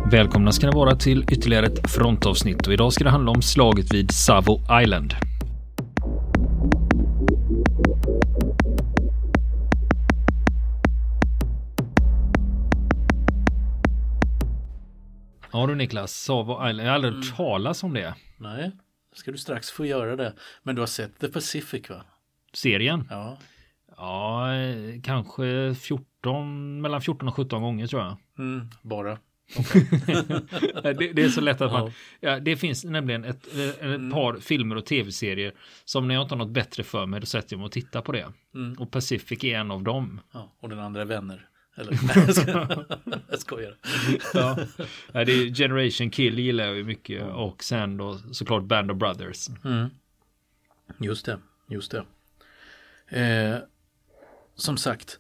Välkomna ska ni vara till ytterligare ett frontavsnitt och idag ska det handla om slaget vid Savo Island. Ja du Niklas, Savo Island, jag har aldrig hört talas om det. Nej, ska du strax få göra det. Men du har sett The Pacific va? Serien? Ja. Ja, kanske mellan 14 och 17 gånger tror jag. Bara. Okay. det är så lätt att man... Ja, det finns nämligen ett par filmer och tv-serier som när jag inte har något bättre för mig, då sätter jag mig och tittar på det. Och Pacific är en av dem. Ja, och den andra är Vänner. Eller, jag skojar. Ja, det är Generation Kill gillar jag ju mycket. Och sen då såklart Band of Brothers. Just det. Som sagt,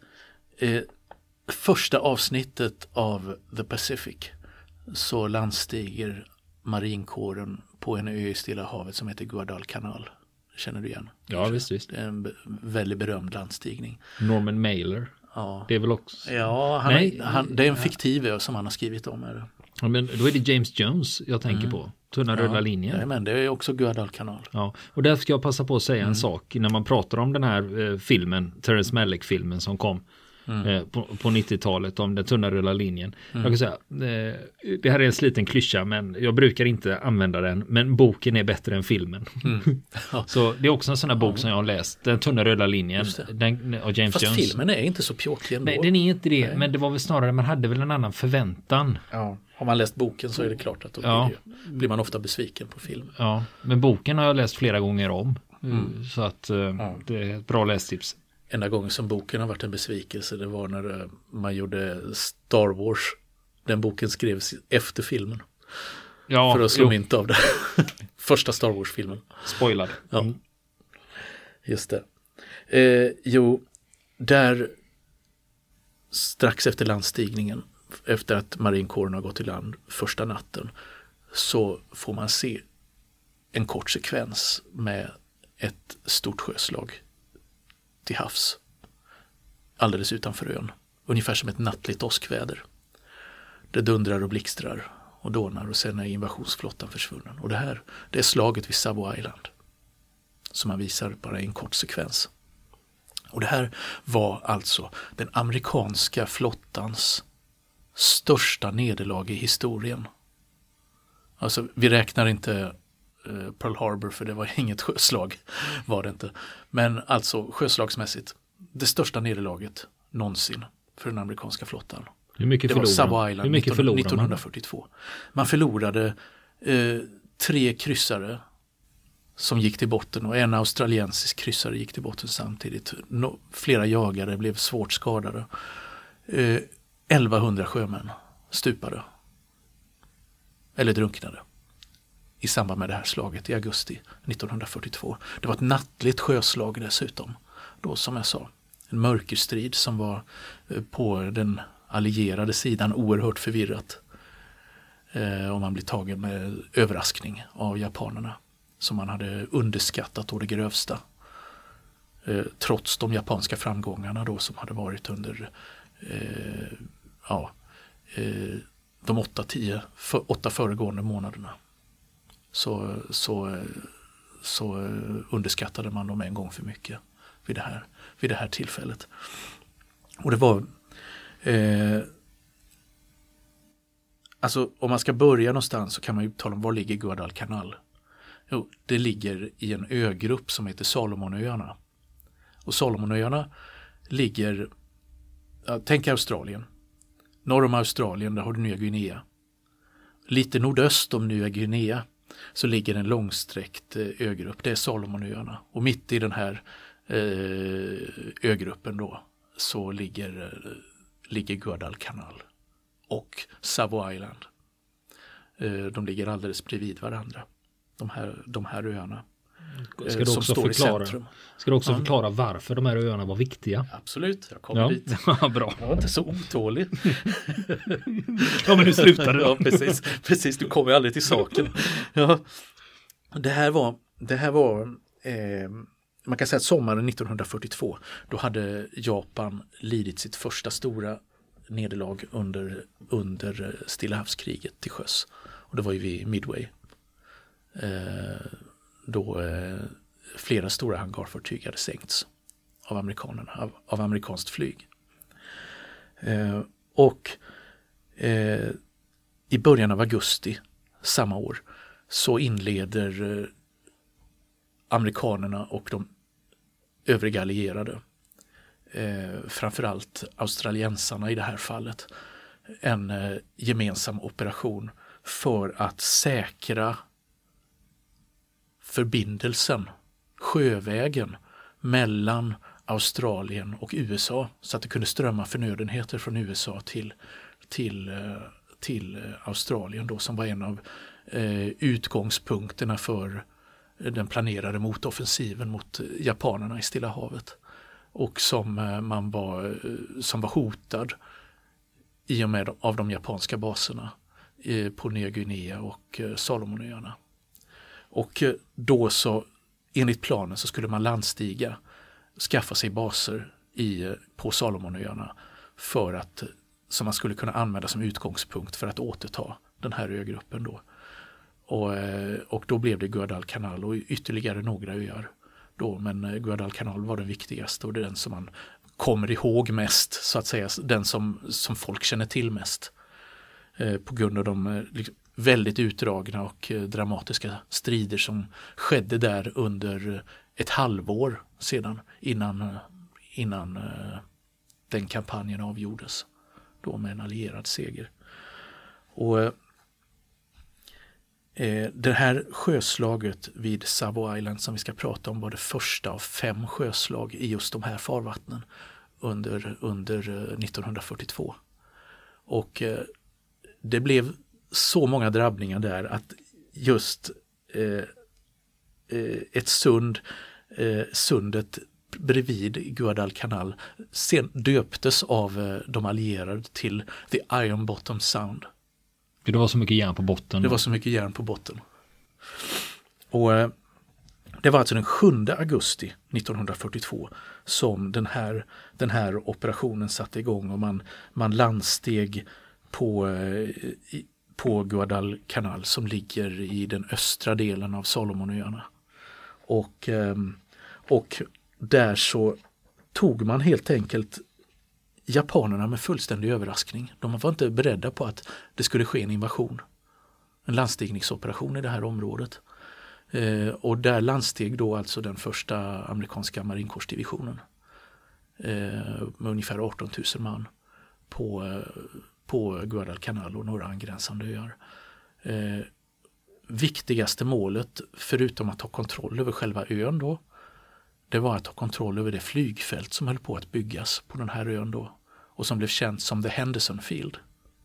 första avsnittet av The Pacific så landstiger marinkåren på en ö i Stilla havet som heter Guadalcanal. Känner du igen? Ja, visst. Det är en väldigt berömd landstigning. Norman Mailer. Ja. Det är väl också... Ja, det är en fiktiv ö som han har skrivit om. Ja, men då är det James Jones jag tänker på. Tunna röda linjen. Ja, men det är också Guadalcanal. Ja, och där ska jag passa på att säga en sak när man pratar om den här filmen, Terrence Malick-filmen som kom på 90-talet om den tunna röda linjen. Jag kan säga, det här är en sliten klyscha men jag brukar inte använda den, men boken är bättre än filmen. Så det är också en sån här bok som jag har läst, Den tunna röda linjen av James Fast Jones. filmen är inte så pjåkig ändå. Nej, den är inte det, men det var väl snarare, man hade väl en annan förväntan. Ja. Har man läst boken så är det klart att då blir man ofta besviken på film. Ja, men boken har jag läst flera gånger om. Så att det är ett bra lästips. Enda gången som boken har varit en besvikelse det var när man gjorde Star Wars. Den boken skrevs efter filmen. Ja, för att slå mynt av det. Första Star Wars-filmen. Spoilad. Ja. Just det. Där strax efter landstigningen, efter att marinkåren har gått i land första natten, så får man se en kort sekvens med ett stort sjöslag till havs alldeles utanför ön. Ungefär som ett nattligt åskväder. Det dundrar och blixtrar och dånar och sen är invasionsflottan försvunnen. Och det är slaget vid Savo Island som man visar bara i en kort sekvens. Och det här var alltså den amerikanska flottans största nederlag i historien. Alltså vi räknar inte Pearl Harbor för det var inget sjöslag, var det inte. Men alltså sjöslagsmässigt det största nederlaget någonsin för den amerikanska flottan. Hur mycket det var Savo Island 1942. Man förlorade 3 kryssare som gick till botten och en australiensisk kryssare gick till botten samtidigt. Flera jagare blev svårt skadade. 1100 sjömän stupade eller drunknade i samband med det här slaget i augusti 1942. Det var ett nattligt sjöslag dessutom. Då som jag sa, en mörkerstrid som var på den allierade sidan oerhört förvirrat. Och man blir tagen med överraskning av japanerna som man hade underskattat å det grövsta. Trots de japanska framgångarna då som hade varit under de 8 föregående månaderna. Så underskattade man dem en gång för mycket vid det här tillfället. Och det var alltså om man ska börja någonstans så kan man ju tala om var ligger Guadalcanal. Jo, det ligger i en ögrupp som heter Salomonöarna. Och Salomonöarna ligger, tänk Australien. Norr om Australien, där har du Nya Guinea. Lite nordöst om Nya Guinea så ligger en långsträckt ögrupp. Det är Salomonöarna. Och mitt i den här ögruppen då så ligger Guadalcanal och Savo Island. De ligger alldeles bredvid varandra. De här öarna. Ska du också förklara varför de här öarna var viktiga? Absolut, jag kommer dit. Bra. Jag var inte så otålig. Ja, men nu slutar du. Ja, precis, du kommer aldrig till saken. Ja. Det här var man kan säga att sommaren 1942, då hade Japan lidit sitt första stora nederlag under Stilla havskriget till sjöss. Och det var ju vid Midway. Då flera stora hangarfartyg hade sänkts av amerikanerna, av amerikanskt flyg. I början av augusti samma år så inleder amerikanerna och de övriga allierade, framförallt australiensarna i det här fallet, en gemensam operation för att säkra förbindelsen, sjövägen mellan Australien och USA, så att det kunde strömma förnödenheter från USA till Australien då, som var en av utgångspunkterna för den planerade motoffensiven mot japanerna i Stilla havet, och som var hotad i och med av de japanska baserna på Nya Guinea och Salomonöarna. Och då så, enligt planen, så skulle man landstiga, skaffa sig baser på Salomonöarna som man skulle kunna använda som utgångspunkt för att återta den här ögruppen då. Och då blev det Guadalcanal och ytterligare några öar då, men Guadalcanal var den viktigaste och det är den som man kommer ihåg mest, så att säga, den som folk känner till mest på grund av de väldigt utdragna och dramatiska strider som skedde där under ett halvår sedan innan den kampanjen avgjordes då med en allierad seger. Och det här sjöslaget vid Savo Island som vi ska prata om var det första av 5 sjöslag i just de här farvattnen under 1942. Och det blev så många drabbningar där att just ett sundet bredvid Guadalcanal sen döptes av de allierade till The Iron Bottom Sound. Det var så mycket järn på botten. Det var så mycket järn på botten. Och det var alltså den 7 augusti 1942 som den här operationen satte igång, och man landsteg på Guadalcanal som ligger i den östra delen av Salomonöarna. Och där så tog man helt enkelt japanerna med fullständig överraskning. De var inte beredda på att det skulle ske en invasion, en landstigningsoperation i det här området. Och där landsteg då alltså den första amerikanska marinkårsdivisionen med ungefär 18 000 man på Guadalcanal och några angränsande öar. Viktigaste målet, förutom att ha kontroll över själva ön då, det var att ha kontroll över det flygfält som höll på att byggas på den här ön då, och som blev känt som The Henderson Field,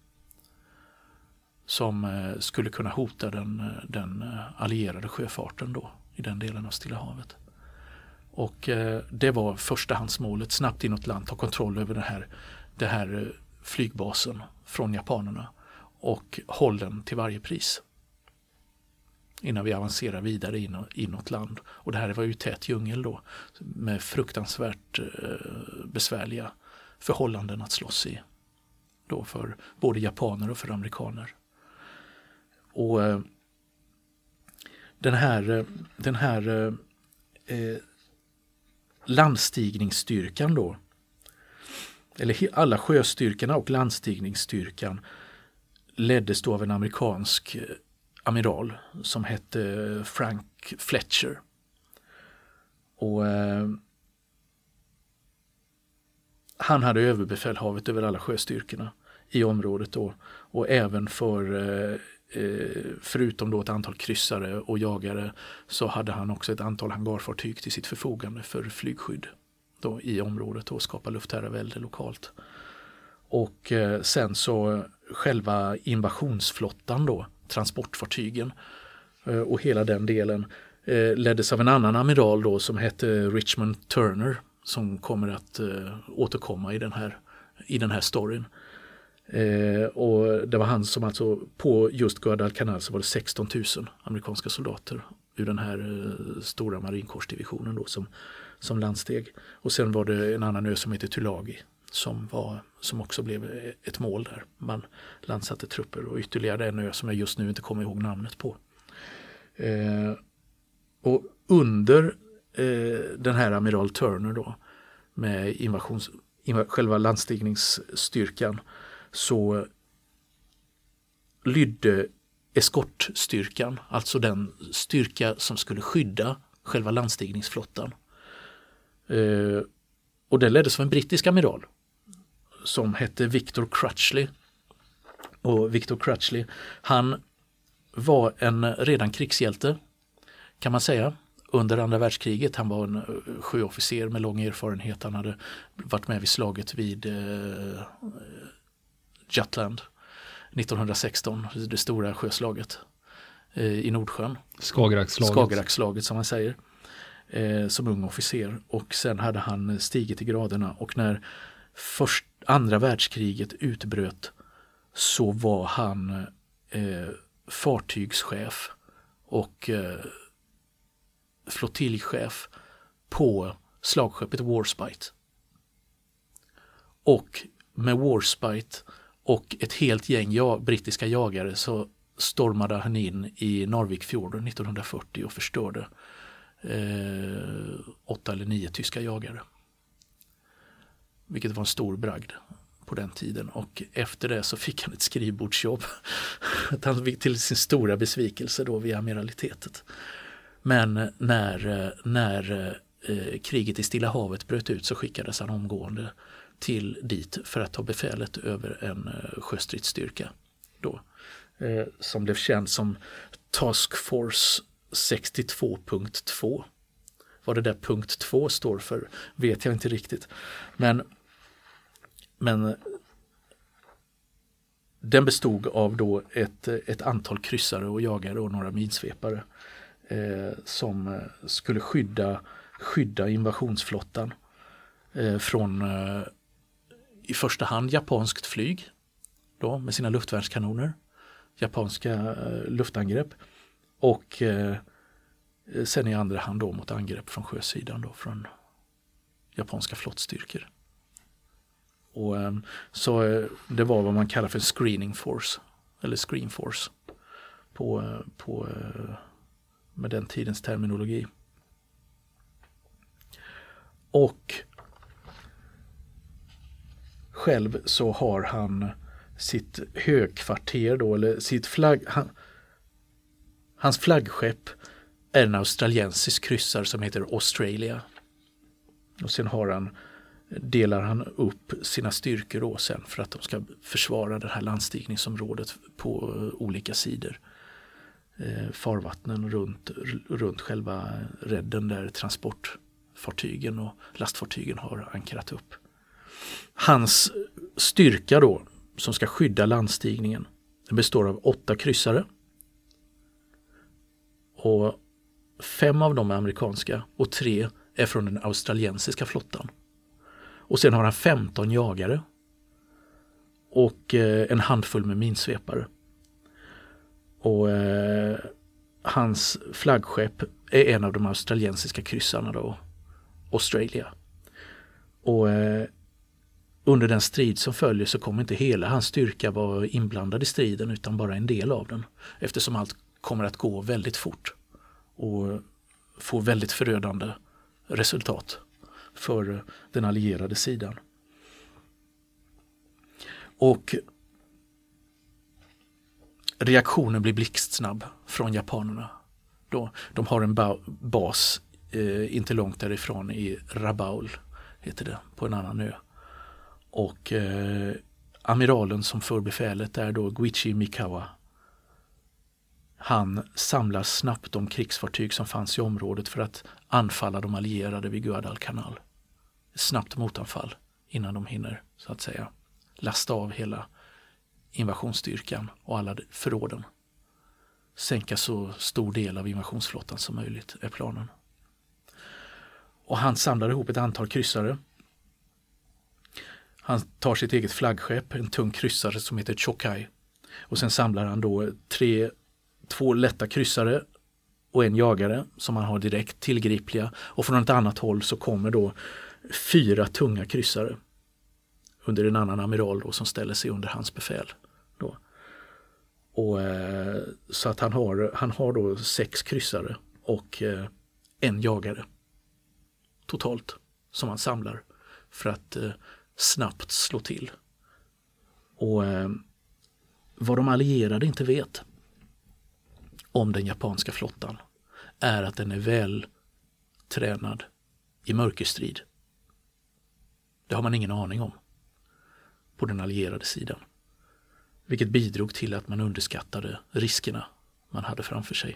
som skulle kunna hota den allierade sjöfarten då i den delen av Stilla havet. Och det var förstahandsmålet: snabbt inåt land, ta kontroll över det här flygbasen från japanerna och håll den till varje pris innan vi avancerar vidare inåt land. Och det här var ju tät djungel då med fruktansvärt besvärliga förhållanden att slåss i då för både japaner och för amerikaner. Och den här landstigningsstyrkan då, eller alla sjöstyrkorna och landstigningsstyrkan, leddes då av en amerikansk amiral som hette Frank Fletcher. Och han hade överbefälhavet över alla sjöstyrkorna i området då, och även förutom då ett antal kryssare och jagare så hade han också ett antal hangarfartyg till sitt förfogande för flygskydd då i området och skapa luftherravälde lokalt. Och sen så själva invasionsflottan då, transportfartygen och hela den delen leddes av en annan amiral då som hette Richmond Turner, som kommer att återkomma i den här storyn. Och det var han som alltså på just Guadalcanal så var det 16 000 amerikanska soldater ur den här stora marinkårsdivisionen då som landsteg. Och sen var det en annan ö som heter Tulagi som också blev ett mål där. Man landsatte trupper och ytterligare en ö som jag just nu inte kommer ihåg namnet på. Och under den här amiral Turner då med själva landstigningsstyrkan så lydde eskortstyrkan, alltså den styrka som skulle skydda själva landstigningsflottan. Och den leddes av en brittisk amiral som hette Victor Crutchley. Och Victor Crutchley, han var en redan krigshjälte kan man säga under andra världskriget. Han var en sjöofficer med lång erfarenhet. Han hade varit med vid slaget vid Jutland 1916, det stora sjöslaget i Nordsjön. Skagerrakslaget som man säger, som ung officer. Och sen hade han stigit i graderna och när andra världskriget utbröt så var han fartygschef och flottiljchef på slagskeppet Warspite. Och med Warspite och ett helt gäng brittiska jagare så stormade han in i Narvikfjorden 1940 och förstörde 8 eller 9 tyska jagare. Vilket var en stor bragd på den tiden. Och efter det så fick han ett skrivbordsjobb till sin stora besvikelse då vid amiralitetet. Men när kriget i Stilla havet bröt ut så skickades han omgående dit för att ta befälet över en sjöstridsstyrka då, som blev känd som Task Force 62.2. Vad det där punkt 2 står för vet jag inte riktigt. Men den bestod av då ett antal kryssare och jagare och några minsvepare som skulle skydda invasionsflottan från i första hand japanskt flyg då, med sina luftvärnskanoner, japanska luftangrepp och sen i andra hand då mot angrepp från sjösidan då, från japanska flottstyrkor. Och så det var vad man kallar för screening force eller screen force på med den tidens terminologi. Och själv så har han sitt högkvarter då, eller sitt hans flaggskepp är en australiensisk kryssare som heter Australia. Och sen delar han upp sina styrkor då sen för att de ska försvara det här landstigningsområdet på olika sidor. Farvattnen runt själva redden där transportfartygen och lastfartygen har ankrat upp. Hans styrka då som ska skydda landstigningen, den består av 8 kryssare och 5 av dem är amerikanska och 3 är från den australiensiska flottan. Och sen har han 15 jagare och en handfull med minsvepare. Och hans flaggskepp är en av de australiensiska kryssarna då, Australia. Och under den strid som följer så kommer inte hela hans styrka vara inblandad i striden utan bara en del av den. Eftersom allt kommer att gå väldigt fort och få väldigt förödande resultat för den allierade sidan. Och reaktionen blir blixtsnabb från japanerna. De har en bas inte långt därifrån i Rabaul heter det, på en annan ö. Och amiralen som för befälet är då Guichi Mikawa. Han samlar snabbt de krigsfartyg som fanns i området för att anfalla de allierade vid Guadalcanal. Snabbt motanfall innan de hinner så att säga lasta av hela invasionsstyrkan och alla förråden. Sänka så stor del av invasionsflottan som möjligt är planen. Och han samlar ihop ett antal kryssare. Han tar sitt eget flaggskepp, en tung kryssare som heter Chokai. Och sen samlar han då 2 lätta kryssare och en jagare som han har direkt tillgripliga. Och från ett annat håll så kommer då 4 tunga kryssare under en annan amiral då, som ställer sig under hans befäl. Då. Och, så att han har då 6 kryssare och en jagare totalt som han samlar för att snabbt slå till. Och vad de allierade inte vet om den japanska flottan är att den är väl tränad i mörkerstrid. Det har man ingen aning om på den allierade sidan. Vilket bidrog till att man underskattade riskerna man hade framför sig.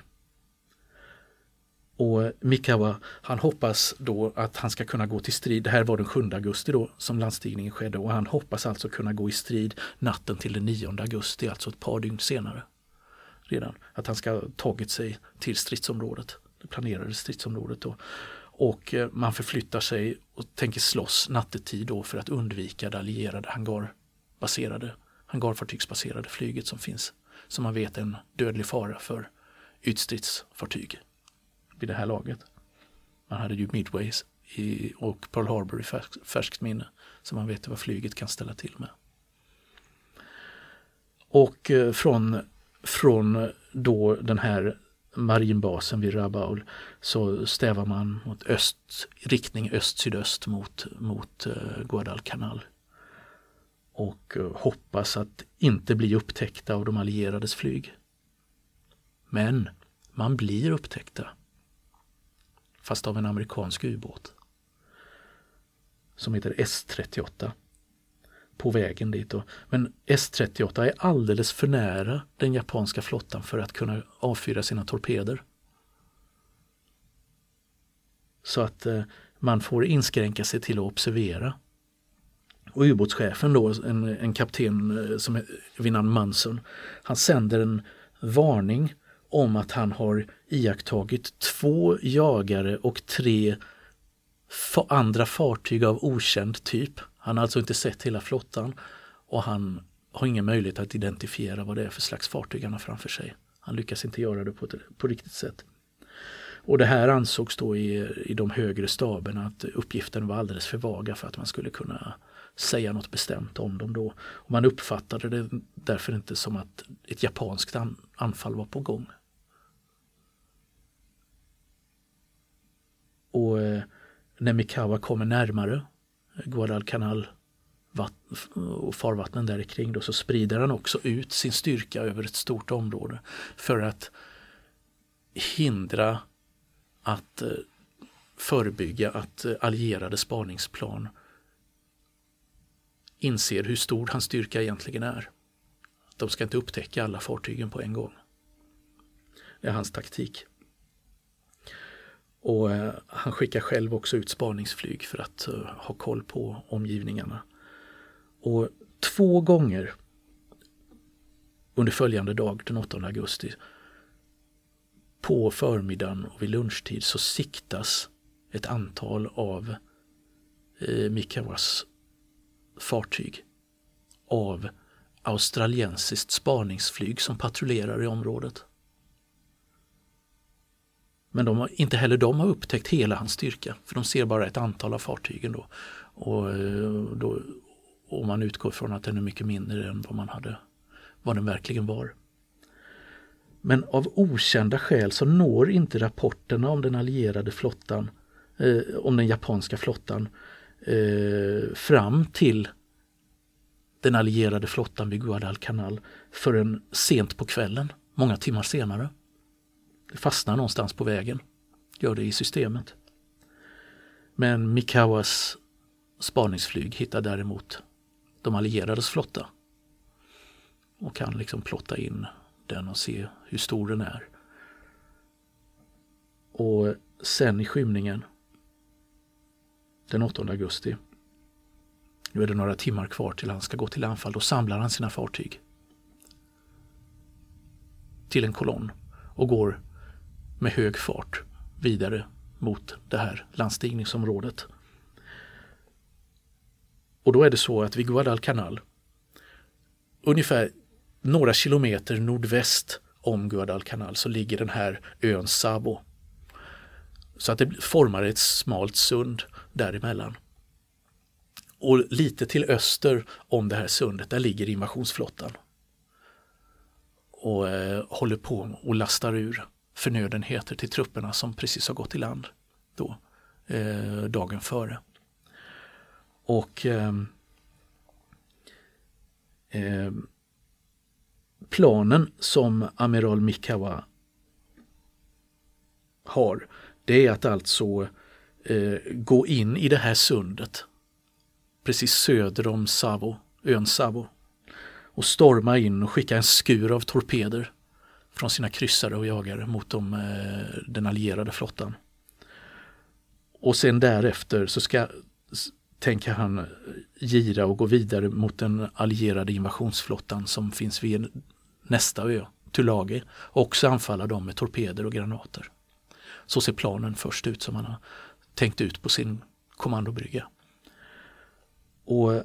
Och Mikawa, han hoppas då att han ska kunna gå till strid. Det här var den 7 augusti då som landstigningen skedde, och han hoppas alltså kunna gå i strid natten till den 9 augusti, alltså ett par dygn senare redan. Att han ska ha tagit sig till stridsområdet, det planerade stridsområdet då. Och man förflyttar sig och tänker slåss nattetid då för att undvika det allierade hangarfartygsbaserade flyget som finns, som man vet är en dödlig fara för ytstridsfartyg vid det här laget. Man hade ju Midways och Pearl Harbor i färskt minne, så man vet vad flyget kan ställa till med. Och från då den här marinbasen vid Rabaul så stävar man mot riktning öst-sydöst mot Guadalcanal. Och hoppas att inte bli upptäckta av de allierades flyg. Men man blir upptäckta. Fast av en amerikansk ubåt. Som heter S-38. På vägen dit då. Men S-38 är alldeles för nära den japanska flottan för att kunna avfyra sina torpeder. Så att man får inskränka sig till att observera. Och ubåtschefen då, en kapten som är vid namn Munson, han sänder en varning om att han har iakttagit 2 jagare och 3 andra fartyg av okänd typ. Han har alltså inte sett hela flottan och han har ingen möjlighet att identifiera vad det är för slags fartyg han har framför sig. Han lyckas inte göra det på riktigt sätt. Och det här ansågs då i de högre staberna att uppgiften var alldeles för vaga för att man skulle kunna säga något bestämt om dem då. Och man uppfattade det därför inte som att ett japanskt anfall var på gång. Och när Mikawa kommer närmare Guadalcanal och farvattnen där kring då, så sprider han också ut sin styrka över ett stort område för att hindra att förebygga att allierade spaningsplan inser hur stor hans styrka egentligen är. De ska inte upptäcka alla fartygen på en gång. Det är hans taktik. Och han skickar själv också ut spaningsflyg för att ha koll på omgivningarna. Och 2 gånger under följande dag, den 8 augusti, på förmiddagen och vid lunchtid så siktas ett antal av Mikawas fartyg av australiensiskt spaningsflyg som patrullerar i området. Men inte heller de har upptäckt hela hans styrka, för de ser bara ett antal av fartygen då. Och man utgår från att den är mycket mindre än vad den verkligen var. Men av okända skäl så når inte rapporterna om den allierade flottan, om den japanska flottan, fram till den allierade flottan vid Guadalcanal förrän sent på kvällen, många timmar senare. Det fastnar någonstans på vägen, gör det i systemet. Men Mikawas spaningsflyg hittar däremot de allierades flotta och kan liksom plotta in den och se hur stor den är. Och sen i skymningen den 8 augusti, nu är det några timmar kvar till han ska gå till anfall, då samlar han sina fartyg till en kolonn och går med hög fart vidare mot det här landstigningsområdet. Och då är det så att vid Guadalcanal, ungefär några kilometer nordväst om Guadalcanal, så ligger den här ön Sabo. Så att det formar ett smalt sund däremellan. Och lite till öster om det här sundet, där ligger invasionsflottan. Och håller på och lastar ur förnödenheter till trupperna som precis har gått i land då, dagen före. Och planen som amiral Mikawa har, det är att alltså gå in i det här sundet precis söder om ön Savo, och storma in och skicka en skur av torpeder från sina kryssare och jagare mot den allierade flottan. Och sen därefter så tänker han gira och gå vidare mot den allierade invasionsflottan som finns vid nästa ö, Tulagi, och också anfalla dem med torpeder och granater. Så ser planen först ut som han har tänkt ut på sin kommandobrygga. Och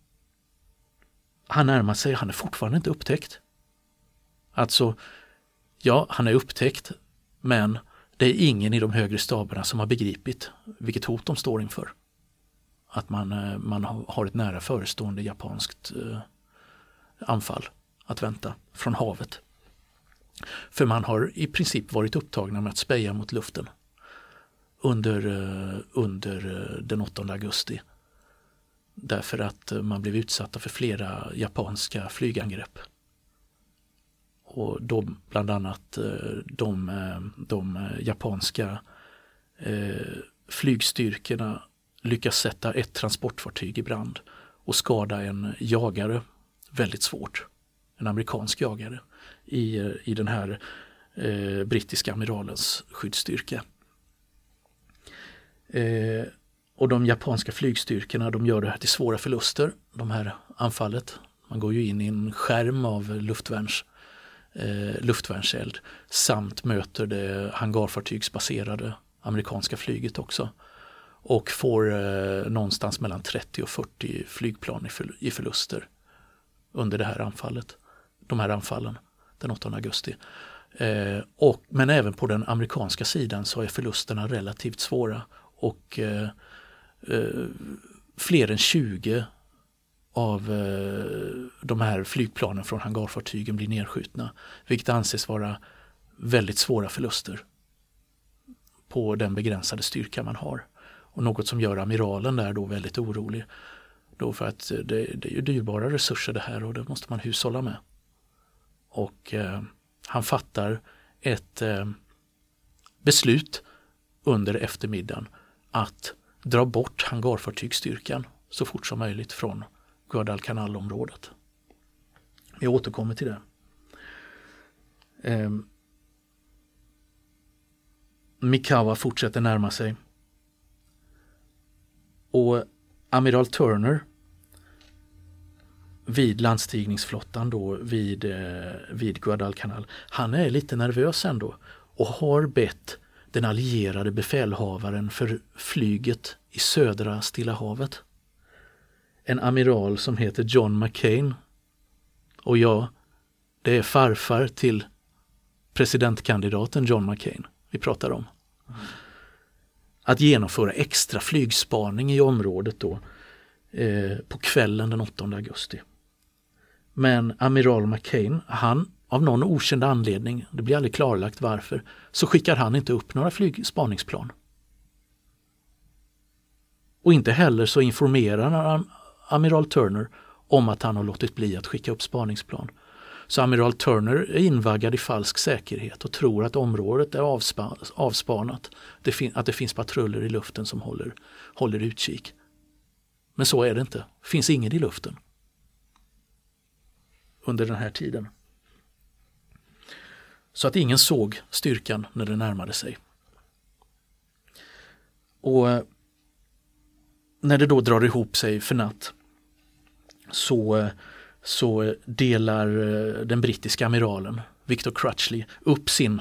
han närmar sig, han är fortfarande inte upptäckt. Alltså, ja, han är upptäckt, men det är ingen i de högre staberna som har begripit vilket hot de står inför. Att man har ett nära förestående japanskt anfall att vänta från havet. För man har i princip varit upptagna med att speja mot luften under den 8 augusti. Därför att man blev utsatta för flera japanska flygangrepp. Och då bland annat de japanska flygstyrkorna lyckas sätta ett transportfartyg i brand och skada en jagare väldigt svårt. En amerikansk jagare i den här brittiska amiralens skyddsstyrka. Och de japanska flygstyrkorna, de gör det här till svåra förluster, de här anfallet. Man går ju in i en skärm av luftvärnseld samt möter det hangarfartygsbaserade amerikanska flyget också. Och får någonstans mellan 30 och 40 flygplan i förluster under det här anfallet. De här anfallen den 8 augusti. Men även på den amerikanska sidan så är förlusterna relativt svåra. Och fler än 20 av de här flygplanen från hangarfartygen blir nedskjutna. Vilket anses vara väldigt svåra förluster på den begränsade styrka man har. Och något som gör amiralen där då väldigt orolig. Då för att det är ju dyrbara resurser det här och det måste man hushålla med. Och han fattar ett beslut under eftermiddagen att dra bort hangarfartygsstyrkan så fort som möjligt från Guadalcanal-området. Vi återkommer till det. Mikawa fortsätter närma sig. Och amiral Turner vid landstigningsflottan då vid Guadalcanal, han är lite nervös ändå och har bett den allierade befälhavaren för flyget i södra Stilla havet, en amiral som heter John McCain, och ja, det är farfar till presidentkandidaten John McCain vi pratar om. Att genomföra extra flygspaning i området då på kvällen den 8 augusti. Men amiral McCain, han av någon okänd anledning, det blir aldrig klarlagt varför, så skickar han inte upp några flygspaningsplan. Och inte heller så informerar amiral Turner om att han har låtit bli att skicka upp spaningsplan. Så amiral Turner är invaggad i falsk säkerhet och tror att området är avspanat. Att det finns patruller i luften som håller utkik. Men så är det inte. Det finns ingen i luften under den här tiden. Så att ingen såg styrkan när den närmade sig. Och när det då drar ihop sig för natt så delar den brittiska amiralen Victor Crutchley upp sin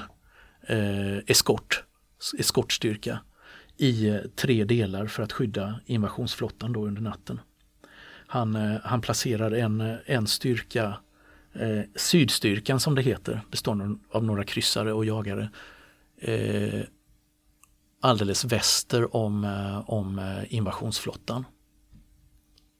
eskortstyrka i 3 delar för att skydda invasionsflottan då under natten. Han placerar en styrka, sydstyrkan som det heter, bestående av några kryssare och jagare, alldeles väster om invasionsflottan.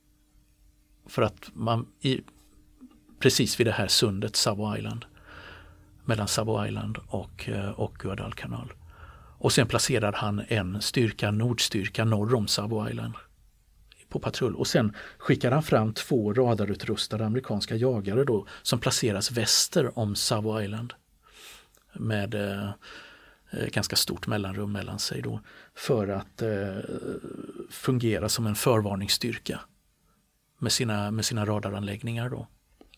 för att precis vid det här sundet Savo Island, mellan Savo Island och Guadalcanal. Och sen placerar han en nordstyrka norr om Savo Island på patrull. Och sen skickar han fram 2 radarutrustade amerikanska jagare då, som placeras väster om Savo Island med ganska stort mellanrum mellan sig då, för att fungera som en förvarningsstyrka med sina radaranläggningar då.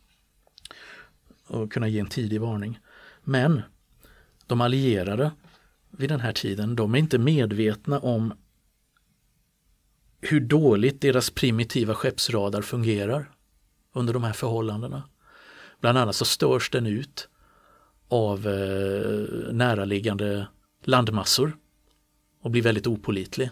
Och kunna ge en tidig varning. Men de allierade vid den här tiden, de är inte medvetna om hur dåligt deras primitiva skeppsradar fungerar under de här förhållandena. Bland annat så störs den ut av näraliggande landmassor och blir väldigt opålitlig.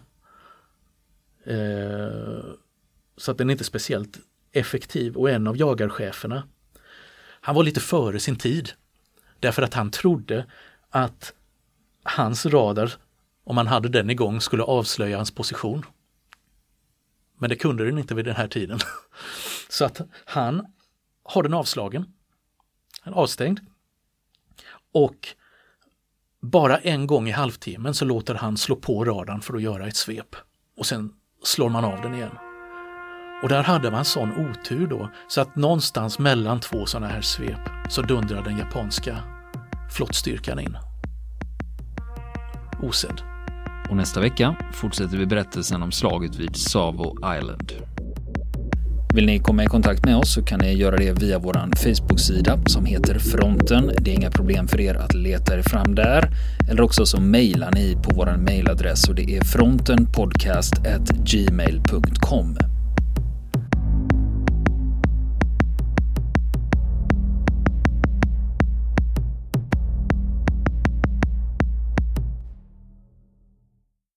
Så att den är inte speciellt effektiv. Och en av jagarcheferna, han var lite före sin tid, därför att han trodde att hans radar, om man hade den igång, skulle avslöja hans position. Men det kunde den inte vid den här tiden. Så att han har den avslagen. Han är avstängd. Och bara en gång i halvtimmen så låter han slå på radarn för att göra ett svep. Och sen slår man av den igen. Och där hade man sån otur då, så att någonstans mellan 2 sådana här svep så dundrar den japanska flottstyrkan in. Osedd. Och nästa vecka fortsätter vi berättelsen om slaget vid Savo Island. Vill ni komma i kontakt med oss så kan ni göra det via vår Facebook-sida som heter Fronten. Det är inga problem för er att leta er fram där. Eller också så mejlar ni på vår mejladress och det är frontenpodcast@gmail.com.